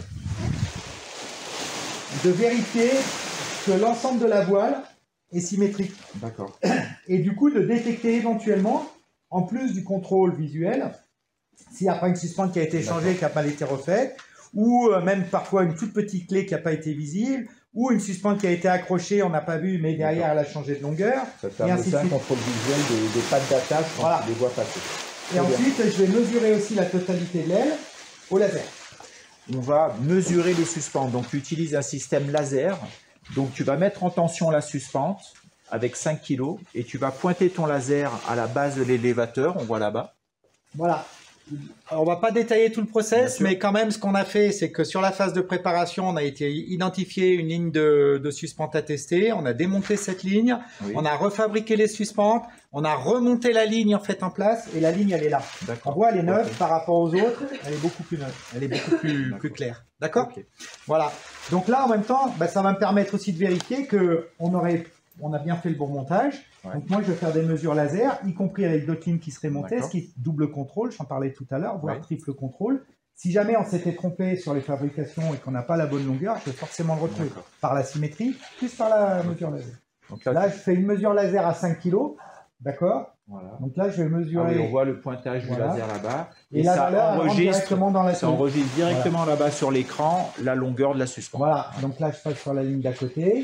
de vérifier que l'ensemble de la voile est symétrique. D'accord. Et du coup de détecter éventuellement, en plus du contrôle visuel, s'il n'y a pas une suspente qui a été changée, qui n'a pas été refaite, ou même parfois une toute petite clé qui n'a pas été visible, ou une suspente qui a été accrochée, on n'a pas vu, mais derrière elle a changé de longueur. Ça fait un contrôle visuel des pattes d'attache quand tu les vois passer. Et ensuite, je vais mesurer aussi la totalité de l'aile au laser. On va mesurer les suspentes. Donc tu utilises un système laser. Donc tu vas mettre en tension la suspente avec 5 kg et tu vas pointer ton laser à la base de l'élévateur, on voit là-bas. Voilà. on va pas détailler tout le process, mais quand même, ce qu'on a fait, c'est que sur la phase de préparation, on a été identifier une ligne de suspente à tester. On a démonté cette ligne, on a refabriqué les suspentes, on a remonté la ligne en fait en place, et la ligne elle est là. On voit, elle est neuve par rapport aux autres, elle est beaucoup plus neuve, elle est beaucoup plus claire. D'accord. Voilà. Donc là, en même temps, ça va me permettre aussi de vérifier que on a bien fait le bon montage. Donc moi, je vais faire des mesures laser, y compris avec d'autres lignes qui seraient montées, ce qui est double contrôle, j'en parlais tout à l'heure, voire triple contrôle. Si jamais on s'était trompé sur les fabrications et qu'on n'a pas la bonne longueur, je vais forcément le retrouver par la symétrie, plus par la mesure laser. Donc là, je fais une mesure laser à 5 kg, d'accord. Voilà. Donc là, je vais mesurer. On voit le pointage du laser là-bas. Et ça enregistre directement là-bas sur l'écran la longueur de la suspension. Voilà, donc là, je passe sur la ligne d'à côté.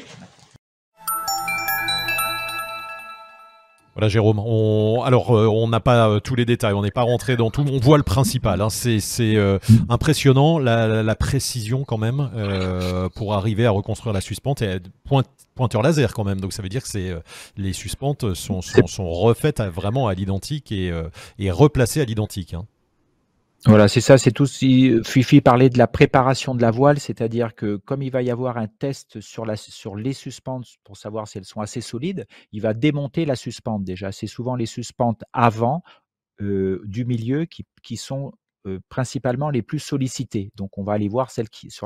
Voilà Jérôme, on n'a pas tous les détails, on n'est pas rentré dans tout, on voit le principal, hein. C'est impressionnant la précision quand même pour arriver à reconstruire la suspente et pointeur laser quand même, donc ça veut dire que les suspentes sont refaites vraiment à l'identique et replacées à l'identique, hein. Voilà, c'est ça, c'est tout. Fifi parlait de la préparation de la voile, c'est-à-dire que comme il va y avoir un test sur les suspentes pour savoir si elles sont assez solides, il va démonter la suspente déjà. C'est souvent les suspentes avant du milieu qui sont principalement les plus sollicitées. Donc on va aller voir celle qui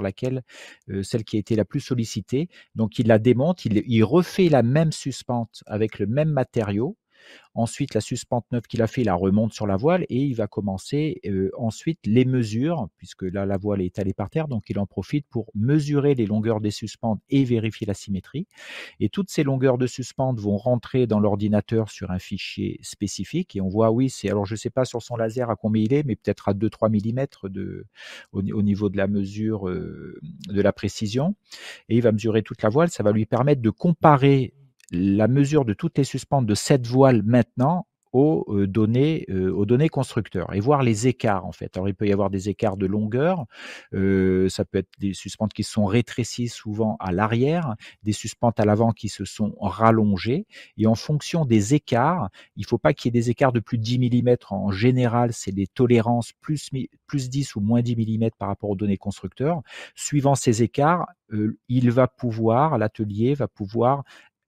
a été la plus sollicitée. Donc il la démonte, il refait la même suspente avec le même matériau. Ensuite, la suspente neuve qu'il a fait, il la remonte sur la voile et il va commencer ensuite les mesures, puisque là, la voile est étalée par terre, donc il en profite pour mesurer les longueurs des suspentes et vérifier la symétrie. Et toutes ces longueurs de suspentes vont rentrer dans l'ordinateur sur un fichier spécifique et on voit, alors je ne sais pas sur son laser à combien il est, mais peut-être à 2-3 mm au niveau de la mesure de la précision. Et il va mesurer toute la voile, ça va lui permettre de comparer la mesure de toutes les suspentes de cette voile maintenant aux données constructeurs et voir les écarts en fait. Alors il peut y avoir des écarts de longueur, ça peut être des suspentes qui se sont rétrécies souvent à l'arrière, des suspentes à l'avant qui se sont rallongées et en fonction des écarts, il ne faut pas qu'il y ait des écarts de plus de 10 mm en général, c'est des tolérances plus 10 ou moins 10 mm par rapport aux données constructeurs. Suivant ces écarts, l'atelier va pouvoir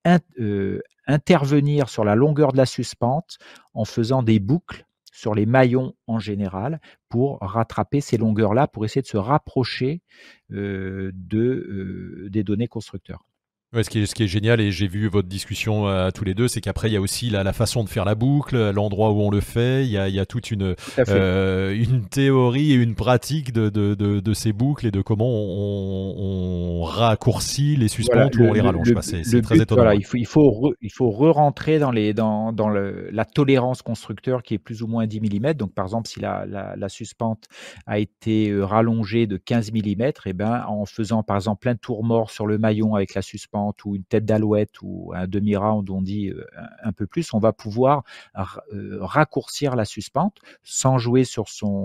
intervenir sur la longueur de la suspente en faisant des boucles sur les maillons en général pour rattraper ces longueurs-là, pour essayer de se rapprocher des données constructeurs. Ouais, ce qui est génial, et j'ai vu votre discussion tous les deux, c'est qu'après il y a aussi la façon de faire la boucle, l'endroit où on le fait, il y a toute une théorie et une pratique de ces boucles et de comment on raccourcit les suspentes ou on les rallonge. C'est très étonnant. Voilà, il faut re-rentrer dans la tolérance constructeur qui est plus ou moins 10 mm. Donc par exemple, si la suspente a été rallongée de 15 mm, et ben, en faisant par exemple plein de tours morts sur le maillon avec la suspente, ou une tête d'alouette ou un demi-round, on dit un peu plus, on va pouvoir raccourcir la suspente sans jouer sur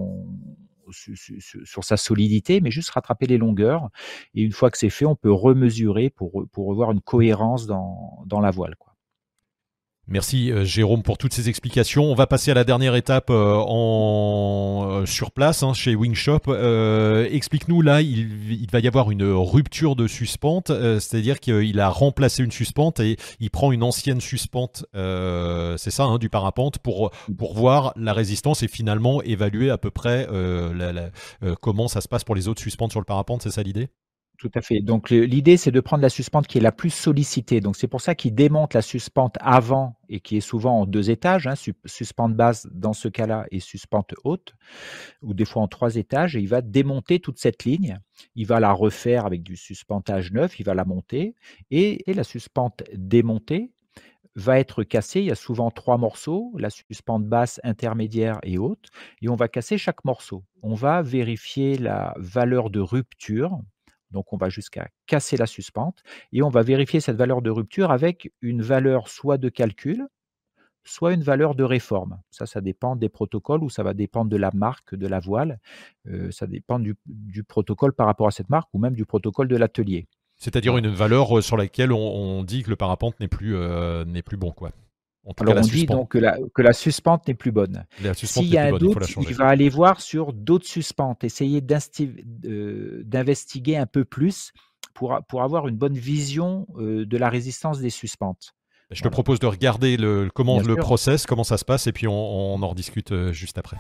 sa solidité, mais juste rattraper les longueurs. Et une fois que c'est fait, on peut remesurer pour revoir une cohérence dans la voile, quoi. Merci Jérôme pour toutes ces explications. On va passer à la dernière étape sur place chez Wingshop. Explique-nous, là, il va y avoir une rupture de suspente, c'est-à-dire qu'il a remplacé une suspente et il prend une ancienne suspente, c'est ça, du parapente, pour voir la résistance et finalement évaluer à peu près comment ça se passe pour les autres suspentes sur le parapente, c'est ça l'idée ? Tout à fait. Donc l'idée, c'est de prendre la suspente qui est la plus sollicitée. Donc c'est pour ça qu'il démonte la suspente avant et qui est souvent en 2 étages, suspente basse dans ce cas-là et suspente haute, ou des fois en 3 étages. Et il va démonter toute cette ligne. Il va la refaire avec du suspentage neuf. Il va la monter et la suspente démontée va être cassée. Il y a souvent 3 morceaux, la suspente basse, intermédiaire et haute. Et on va casser chaque morceau. On va vérifier la valeur de rupture. Donc, on va jusqu'à casser la suspente et on va vérifier cette valeur de rupture avec une valeur soit de calcul, soit une valeur de réforme. Ça dépend des protocoles ou ça va dépendre de la marque de la voile. Ça dépend du protocole par rapport à cette marque ou même du protocole de l'atelier. C'est-à-dire une valeur sur laquelle on dit que le parapente n'est plus bon, quoi. En tout cas, Alors la on dit suspente. donc que la suspente n'est plus bonne. La suspente S'il y n'est a plus un bonne, il faut doute, la changer. il va aller voir sur d'autres suspentes, essayer d'investiguer un peu plus pour avoir une bonne vision de la résistance des suspentes. Je te Voilà. propose de regarder comment Bien le sûr. process, comment ça se passe, et puis on en rediscute juste après.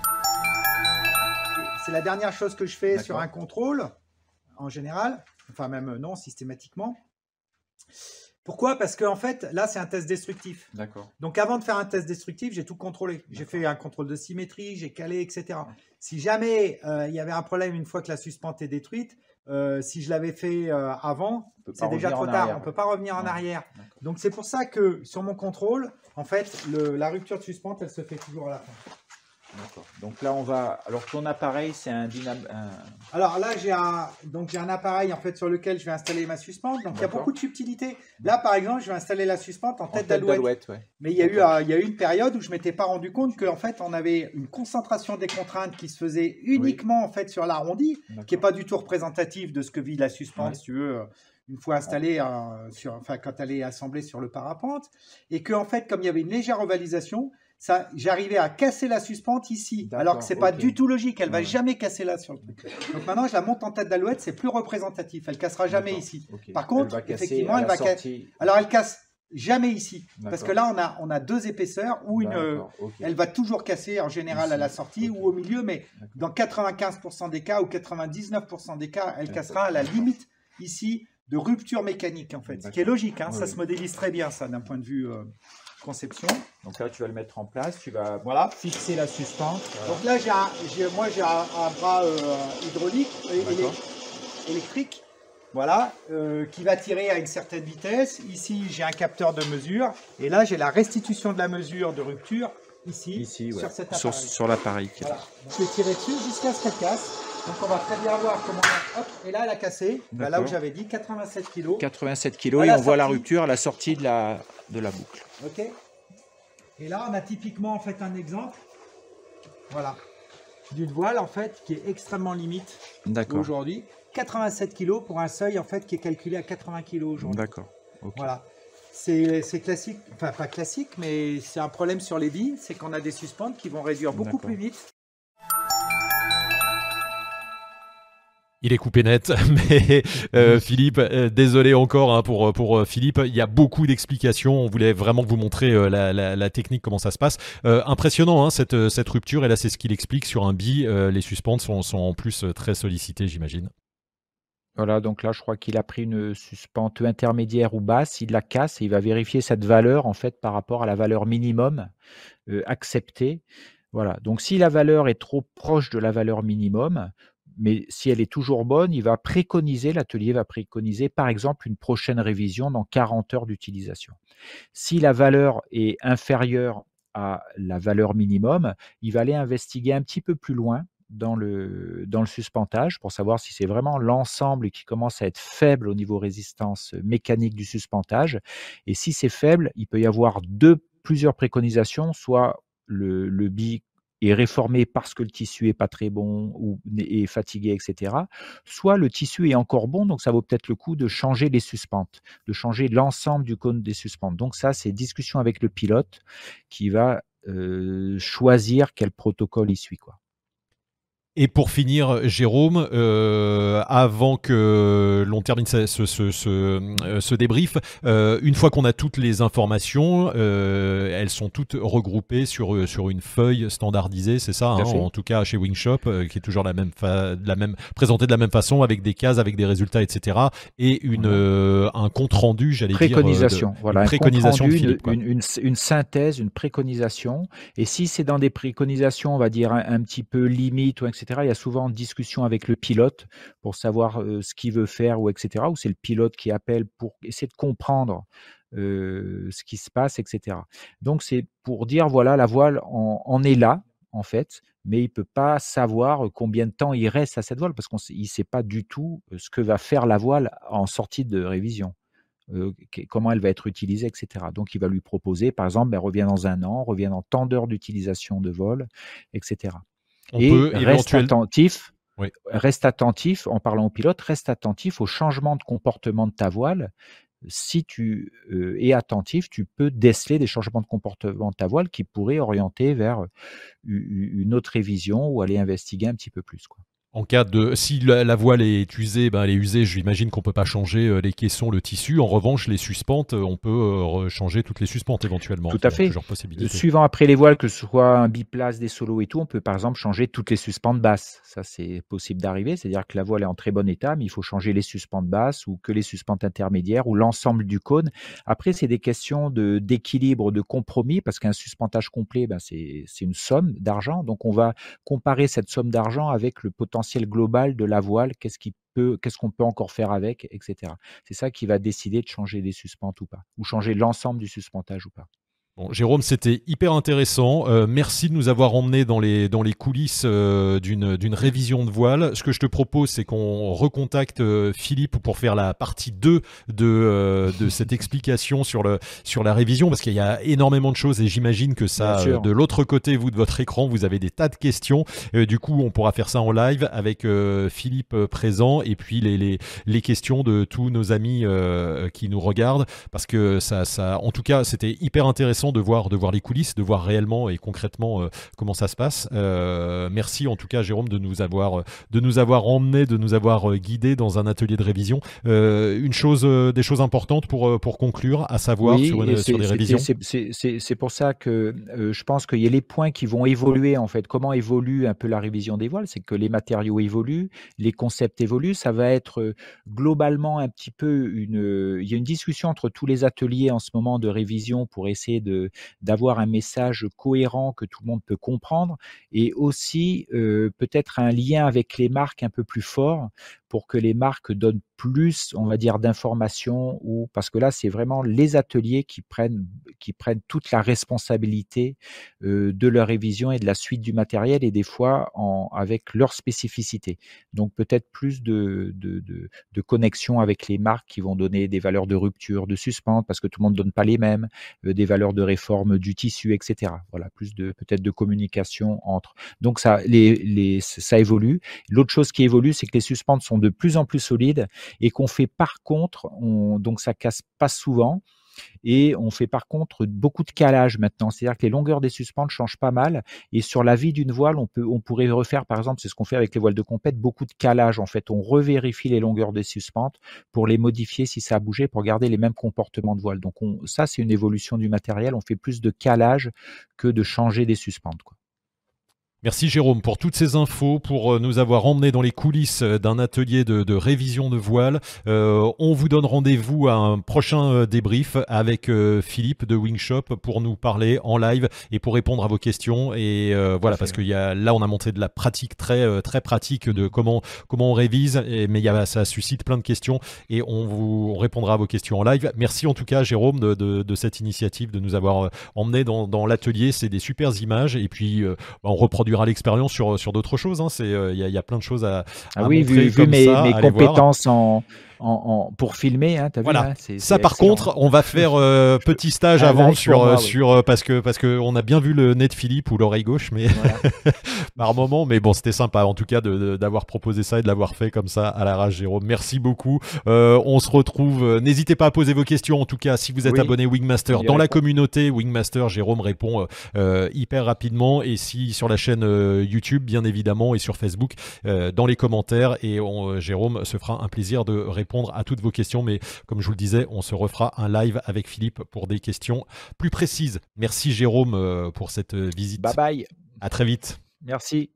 C'est la dernière chose que je fais sur D'accord. un contrôle, en général, enfin même non, systématiquement. Pourquoi? Parce qu'en fait, là, c'est un test destructif. D'accord. Donc, avant de faire un test destructif, j'ai tout contrôlé. J'ai fait un contrôle de symétrie, j'ai calé, etc. Si jamais il y avait un problème une fois que la suspente est détruite, si je l'avais fait avant, On peut pas c'est déjà revenir trop en tard. arrière. On ne peut pas revenir en Ouais. arrière. D'accord. Donc, c'est pour ça que sur mon contrôle, en fait, la rupture de suspente, elle se fait toujours à la fin. D'accord. Donc là, on va. Alors, ton appareil, c'est un Alors là, j'ai un appareil en fait sur lequel je vais installer ma suspente. Donc il y a D'accord. beaucoup de subtilité. Là, par exemple, je vais installer la suspente en tête d'alouette. ouais. Mais il y a eu une période où je m'étais pas rendu compte qu'en fait, on avait une concentration des contraintes qui se faisait uniquement en fait sur l'arrondi, qui est pas du tout représentative de ce que vit la suspente, Ouais. si tu veux, une fois installée, quand elle est assemblée sur le parapente, et que en fait, comme il y avait une légère ovalisation, j'arrivais à casser la suspente ici, D'accord, alors que c'est pas ok. du tout logique. Elle va Ouais. jamais casser là sur le truc. Donc maintenant, je la monte en tête d'alouette, c'est plus représentatif. Elle cassera jamais D'accord, ici. ok. Par contre, Elle va casser effectivement, à elle la va sortie. Alors elle casse jamais ici, parce que D'accord. là, on a deux épaisseurs ou D'accord, ok. elle va toujours casser en général à la Ici, sortie ok. ou au milieu, mais D'accord. dans 95% des cas ou 99% des cas, elle Elle cassera à la casse. limite ici de rupture mécanique en fait, ce qui est D'accord. logique. Hein, Oui, ça oui. se modélise très bien ça d'un point de vue conception. Donc là, tu vas le mettre en place. Tu vas Voilà. fixer la suspente. Voilà. Donc là, j'ai un bras hydraulique, D'accord. électrique, voilà, qui va tirer à une certaine vitesse. Ici, j'ai un capteur de mesure. Et là, j'ai la restitution de la mesure de rupture ici, Ouais. sur cet appareil. Sur l'appareil. Voilà. Donc, je vais tirer dessus jusqu'à ce qu'elle casse. Donc on va très bien voir comment hop, et là elle a cassé. Bah, là où j'avais dit 87 kg. 87 kg À et la on voit la sortie. rupture à la sortie de la boucle. Ok. Et là on a typiquement en fait un exemple. Voilà. D'une voile en fait qui est extrêmement limite D'accord. aujourd'hui. 87 kg pour un seuil en fait qui est calculé à 80 kg aujourd'hui. D'accord. Ok. Voilà. C'est classique, enfin pas classique, mais c'est un problème sur les billes, c'est qu'on a des suspentes qui vont réduire beaucoup D'accord. plus vite. Il est coupé net, mais Philippe, désolé encore hein, pour Philippe, il y a beaucoup d'explications, on voulait vraiment vous montrer la technique, comment ça se passe. Impressionnant hein, cette rupture, et là c'est ce qu'il explique sur un bi, les suspentes sont en plus très sollicitées j'imagine. Voilà, donc là, je crois qu'il a pris une suspente intermédiaire ou basse, il la casse et il va vérifier cette valeur en fait par rapport à la valeur minimum acceptée. Voilà, donc si la valeur est trop proche de la valeur minimum, mais si elle est toujours bonne, l'atelier va préconiser par exemple une prochaine révision dans 40 heures d'utilisation. Si la valeur est inférieure à la valeur minimum, il va aller investiguer un petit peu plus loin dans le suspentage pour savoir si c'est vraiment l'ensemble qui commence à être faible au niveau résistance mécanique du suspentage. Et si c'est faible, il peut y avoir plusieurs préconisations, soit le bi est réformé parce que le tissu est pas très bon ou est fatigué, etc. Soit le tissu est encore bon, donc ça vaut peut-être le coup de changer les suspentes, de changer l'ensemble du cône des suspentes. Donc ça, c'est discussion avec le pilote qui va choisir quel protocole il suit, quoi. Et pour finir, Jérôme, avant que l'on termine ce débrief, une fois qu'on a toutes les informations, elles sont toutes regroupées sur une feuille standardisée, c'est ça, hein, en tout cas chez Wingshop, qui est toujours présentée de la même façon, avec des cases, avec des résultats, etc. Et un compte rendu, j'allais dire. Préconisation, voilà, une préconisation un compte rendu, de Philippe, une synthèse, une préconisation. Et si c'est dans des préconisations, on va dire un petit peu limite ou etc., il y a souvent discussion avec le pilote pour savoir ce qu'il veut faire ou etc. Ou c'est le pilote qui appelle pour essayer de comprendre ce qui se passe, etc. Donc c'est pour dire voilà, la voile en est là en fait, mais il ne peut pas savoir combien de temps il reste à cette voile parce qu'il ne sait pas du tout ce que va faire la voile en sortie de révision. Comment elle va être utilisée, etc. Donc il va lui proposer, par exemple, reviens dans 1 an, reviens dans tant d'heures d'utilisation de vol, etc. Reste attentif, en parlant au pilote, reste attentif au changement de comportement de ta voile si tu es attentif, tu peux déceler des changements de comportement de ta voile qui pourraient orienter vers une autre révision ou aller investiguer un petit peu plus, quoi. En cas de, si la voile est usée, ben elle est usée, j'imagine qu'on peut pas changer les caissons, le tissu. En revanche, les suspentes, on peut changer toutes les suspentes éventuellement. Tout à fait. Plusieurs possibilités. Suivant après les voiles, que ce soit un biplace, des solos et tout, on peut par exemple changer toutes les suspentes basses. Ça, c'est possible d'arriver. C'est-à-dire que la voile est en très bon état, mais il faut changer les suspentes basses ou que les suspentes intermédiaires ou l'ensemble du cône. Après, c'est des questions d'équilibre, de compromis, parce qu'un suspentage complet, ben, c'est une somme d'argent. Donc, on va comparer cette somme d'argent avec le potentiel global de la voile, qu'est-ce qu'on peut encore faire avec, etc. C'est ça qui va décider de changer des suspentes ou pas, ou changer l'ensemble du suspentage ou pas. Bon, Jérôme, c'était hyper intéressant. Merci de nous avoir emmenés dans les coulisses d'une révision de voile. Ce que je te propose, c'est qu'on recontacte Philippe pour faire la partie 2 de cette explication sur la révision, parce qu'il y a énormément de choses et j'imagine que ça, de l'autre côté, vous, de votre écran, vous avez des tas de questions. Du coup, on pourra faire ça en live avec Philippe présent et puis les questions de tous nos amis qui nous regardent, parce que ça, en tout cas, c'était hyper intéressant de voir les coulisses, de voir réellement et concrètement comment ça se passe. Merci en tout cas, Jérôme, de nous avoir emmenés, de nous avoir guidés dans un atelier de révision. Des choses importantes pour conclure, à savoir sur des révisions. C'est pour ça que je pense qu'il y a les points qui vont évoluer en fait. Comment évolue un peu la révision des voiles? C'est que les matériaux évoluent, les concepts évoluent. Ça va être globalement un petit peu il y a une discussion entre tous les ateliers en ce moment de révision pour essayer d'avoir un message cohérent que tout le monde peut comprendre, et aussi peut-être un lien avec les marques un peu plus fort pour que les marques donnent plus, on va dire, d'informations, ou parce que là, c'est vraiment les ateliers qui prennent toute la responsabilité de leur révision et de la suite du matériel, et des fois avec leur spécificité. Donc peut-être plus de connexion avec les marques qui vont donner des valeurs de rupture, de suspente, parce que tout le monde ne donne pas les mêmes, des valeurs de réforme du tissu, etc. Voilà, plus peut-être de communication entre. Donc ça évolue. L'autre chose qui évolue, c'est que les suspentes sont de plus en plus solides et qu'on fait par contre, donc ça casse pas souvent, et on fait par contre beaucoup de calage maintenant. C'est-à-dire que les longueurs des suspentes changent pas mal, et sur la vie d'une voile, on pourrait refaire, par exemple, c'est ce qu'on fait avec les voiles de compète, beaucoup de calage. En fait, on revérifie les longueurs des suspentes pour les modifier si ça a bougé, pour garder les mêmes comportements de voile. Donc ça, c'est une évolution du matériel. On fait plus de calage que de changer des suspentes, quoi. Merci Jérôme pour toutes ces infos, pour nous avoir emmenés dans les coulisses d'un atelier de révision de voile. On vous donne rendez-vous à un prochain débrief avec Philippe de Wingshop pour nous parler en live et pour répondre à vos questions. Et voilà, parce que là on a monté de la pratique très pratique de comment on révise, mais ça suscite plein de questions et on répondra à vos questions en live. Merci en tout cas Jérôme de cette initiative, de nous avoir emmenés dans l'atelier. C'est des super images, et puis on reproduira l'expérience sur d'autres choses. Il y a plein de choses à montrer. Vu mes compétences pour filmer, hein, t'as voilà. vu, hein, ça par excellent. contre, on va faire petit stage avant parce que on a bien vu le nez de Philippe ou l'oreille gauche, mais voilà. Par moment. Mais bon, c'était sympa en tout cas d'avoir proposé ça et de l'avoir fait comme ça à l'arrache, Jérôme. Merci beaucoup. On se retrouve. N'hésitez pas à poser vos questions. En tout cas, si vous êtes abonné Wingmaster dans la communauté Wingmaster, Jérôme répond hyper rapidement. Et si sur la chaîne YouTube, bien évidemment, et sur Facebook, dans les commentaires. Et Jérôme se fera un plaisir de répondre à toutes vos questions, mais comme je vous le disais, on se refera un live avec Philippe pour des questions plus précises. Merci Jérôme pour cette visite. Bye bye. À très vite. Merci.